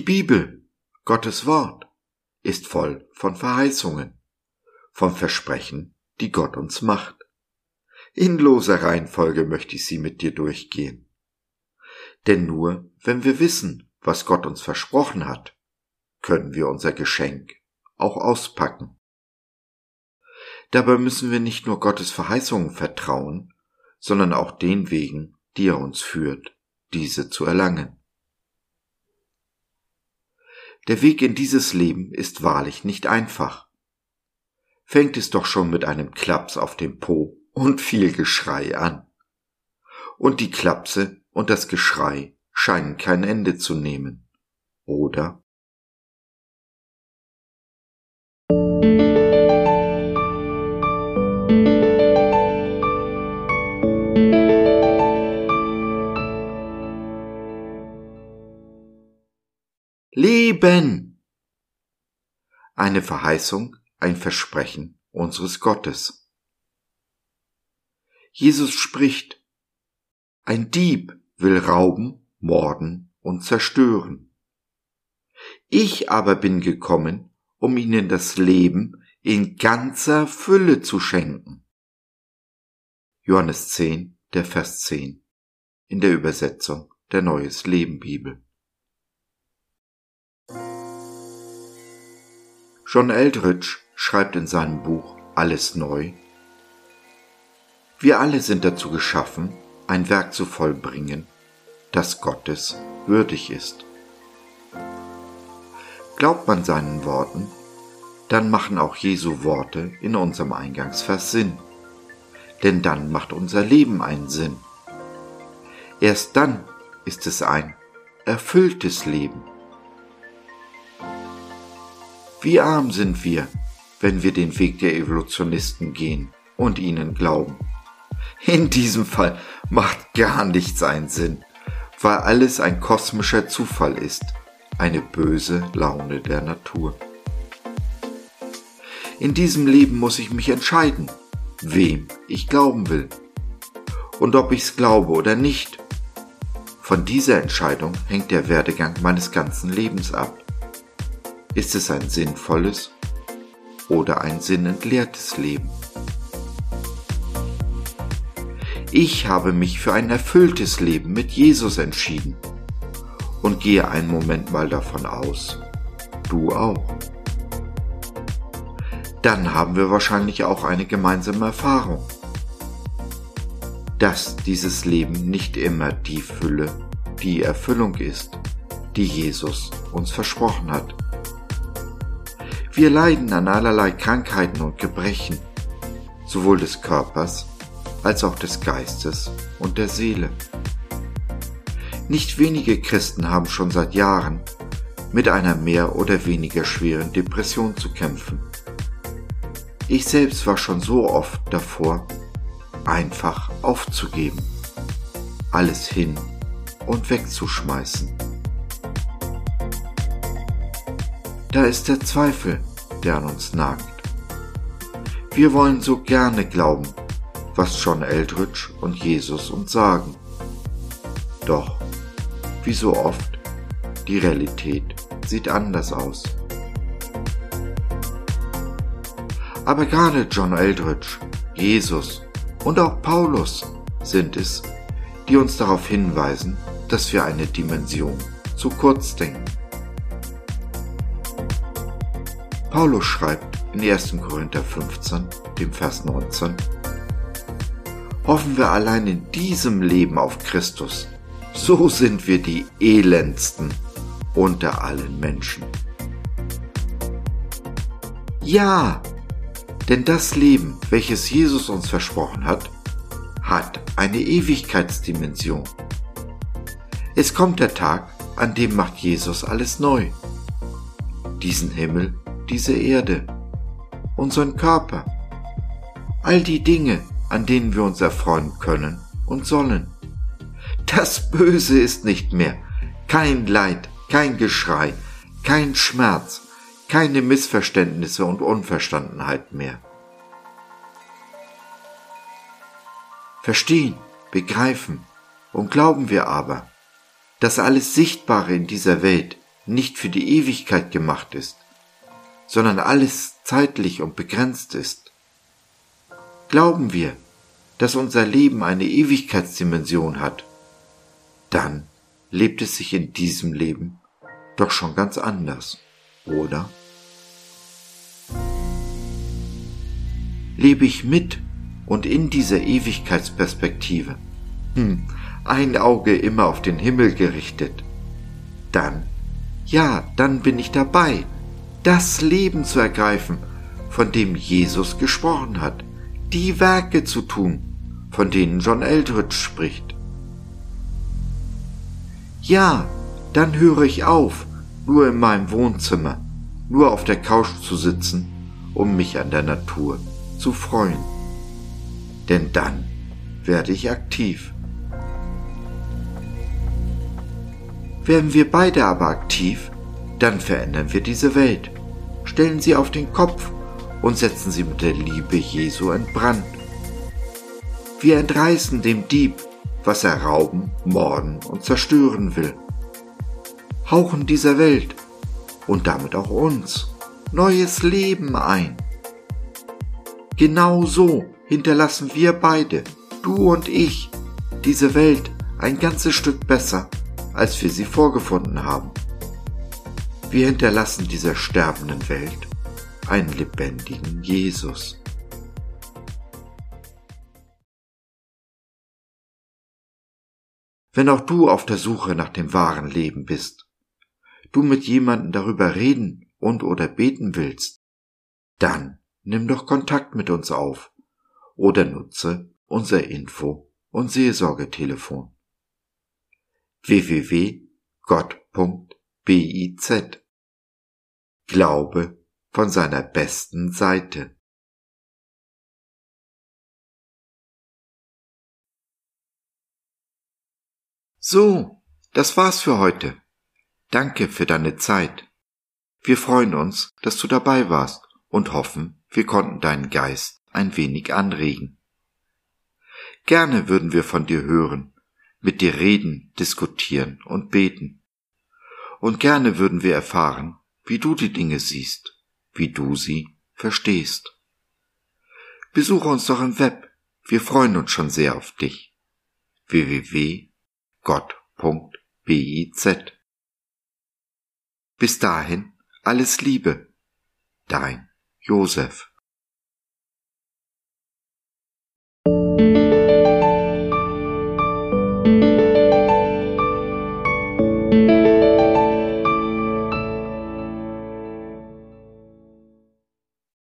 Bibel, Gottes Wort, ist voll von Verheißungen, von Versprechen, die Gott uns macht. In loser Reihenfolge möchte ich sie mit dir durchgehen. Denn nur wenn wir wissen, was Gott uns versprochen hat, können wir unser Geschenk auch auspacken. Dabei müssen wir nicht nur Gottes Verheißungen vertrauen, sondern auch den Wegen, die er uns führt, diese zu erlangen. Der Weg in dieses Leben ist wahrlich nicht einfach. Fängt es doch schon mit einem Klaps auf dem Po und viel Geschrei an. Und die Klapse und das Geschrei scheinen kein Ende zu nehmen, oder? Leben! Eine Verheißung, ein Versprechen unseres Gottes. Jesus spricht: Ein Dieb will rauben, morden und zerstören. Ich aber bin gekommen, um ihnen das Leben in ganzer Fülle zu schenken. Johannes 10, der Vers 10, in der Übersetzung der Neues Leben Bibel. John Eldredge schreibt in seinem Buch Alles neu: Wir alle sind dazu geschaffen, ein Werk zu vollbringen, das Gottes würdig ist. Glaubt man seinen Worten, dann machen auch Jesu Worte in unserem Eingangsvers Sinn. Denn dann macht unser Leben einen Sinn. Erst dann ist es ein erfülltes Leben. Wie arm sind wir, wenn wir den Weg der Evolutionisten gehen und ihnen glauben. In diesem Fall macht gar nichts einen Sinn, weil alles ein kosmischer Zufall ist, eine böse Laune der Natur. In diesem Leben muss ich mich entscheiden, wem ich glauben will. Und ob ich's glaube oder nicht, von dieser Entscheidung hängt der Werdegang meines ganzen Lebens ab. Ist es ein sinnvolles oder ein sinnentleertes Leben? Ich habe mich für ein erfülltes Leben mit Jesus entschieden und gehe einen Moment mal davon aus, du auch. Dann haben wir wahrscheinlich auch eine gemeinsame Erfahrung, dass dieses Leben nicht immer die Fülle, die Erfüllung ist, die Jesus uns versprochen hat. Wir leiden an allerlei Krankheiten und Gebrechen, sowohl des Körpers als auch des Geistes und der Seele. Nicht wenige Christen haben schon seit Jahren mit einer mehr oder weniger schweren Depression zu kämpfen. Ich selbst war schon so oft davor, einfach aufzugeben, alles hin und wegzuschmeißen. Da ist der Zweifel, der an uns nagt. Wir wollen so gerne glauben, was John Eldredge und Jesus uns sagen. Doch, wie so oft, die Realität sieht anders aus. Aber gerade John Eldredge, Jesus und auch Paulus sind es, die uns darauf hinweisen, dass wir eine Dimension zu kurz denken. Paulus schreibt in 1. Korinther 15, dem Vers 19: Hoffen wir allein in diesem Leben auf Christus, so sind wir die elendsten unter allen Menschen. Ja, denn das Leben, welches Jesus uns versprochen hat, hat eine Ewigkeitsdimension. Es kommt der Tag, an dem macht Jesus alles neu. Diesen Himmel, diese Erde, unseren Körper, all die Dinge, an denen wir uns erfreuen können und sollen. Das Böse ist nicht mehr, kein Leid, kein Geschrei, kein Schmerz, keine Missverständnisse und Unverstandenheit mehr. Verstehen, begreifen und glauben wir aber, dass alles Sichtbare in dieser Welt nicht für die Ewigkeit gemacht ist, sondern alles zeitlich und begrenzt ist? Glauben wir, dass unser Leben eine Ewigkeitsdimension hat, dann lebt es sich in diesem Leben doch schon ganz anders, oder? Lebe ich mit und in dieser Ewigkeitsperspektive, ein Auge immer auf den Himmel gerichtet, dann bin ich dabei, das Leben zu ergreifen, von dem Jesus gesprochen hat, die Werke zu tun, von denen John Eldredge spricht. Ja, dann höre ich auf, nur in meinem Wohnzimmer, nur auf der Couch zu sitzen, um mich an der Natur zu freuen. Denn dann werde ich aktiv. Werden wir beide aber aktiv, dann verändern wir diese Welt, stellen sie auf den Kopf und setzen sie mit der Liebe Jesu in Brand. Wir entreißen dem Dieb, was er rauben, morden und zerstören will. Hauchen dieser Welt und damit auch uns neues Leben ein. Genau so hinterlassen wir beide, du und ich, diese Welt ein ganzes Stück besser, als wir sie vorgefunden haben. Wir hinterlassen dieser sterbenden Welt einen lebendigen Jesus. Wenn auch du auf der Suche nach dem wahren Leben bist, du mit jemandem darüber reden und oder beten willst, dann nimm doch Kontakt mit uns auf oder nutze unser Info- und Seelsorgetelefon www.gott.biz. Glaube von seiner besten Seite. So, das war's für heute. Danke für deine Zeit. Wir freuen uns, dass du dabei warst und hoffen, wir konnten deinen Geist ein wenig anregen. Gerne würden wir von dir hören, mit dir reden, diskutieren und beten. Und gerne würden wir erfahren, wie du die Dinge siehst, wie du sie verstehst. Besuche uns doch im Web, wir freuen uns schon sehr auf dich. www.gott.biz. Bis dahin, alles Liebe, dein Josef.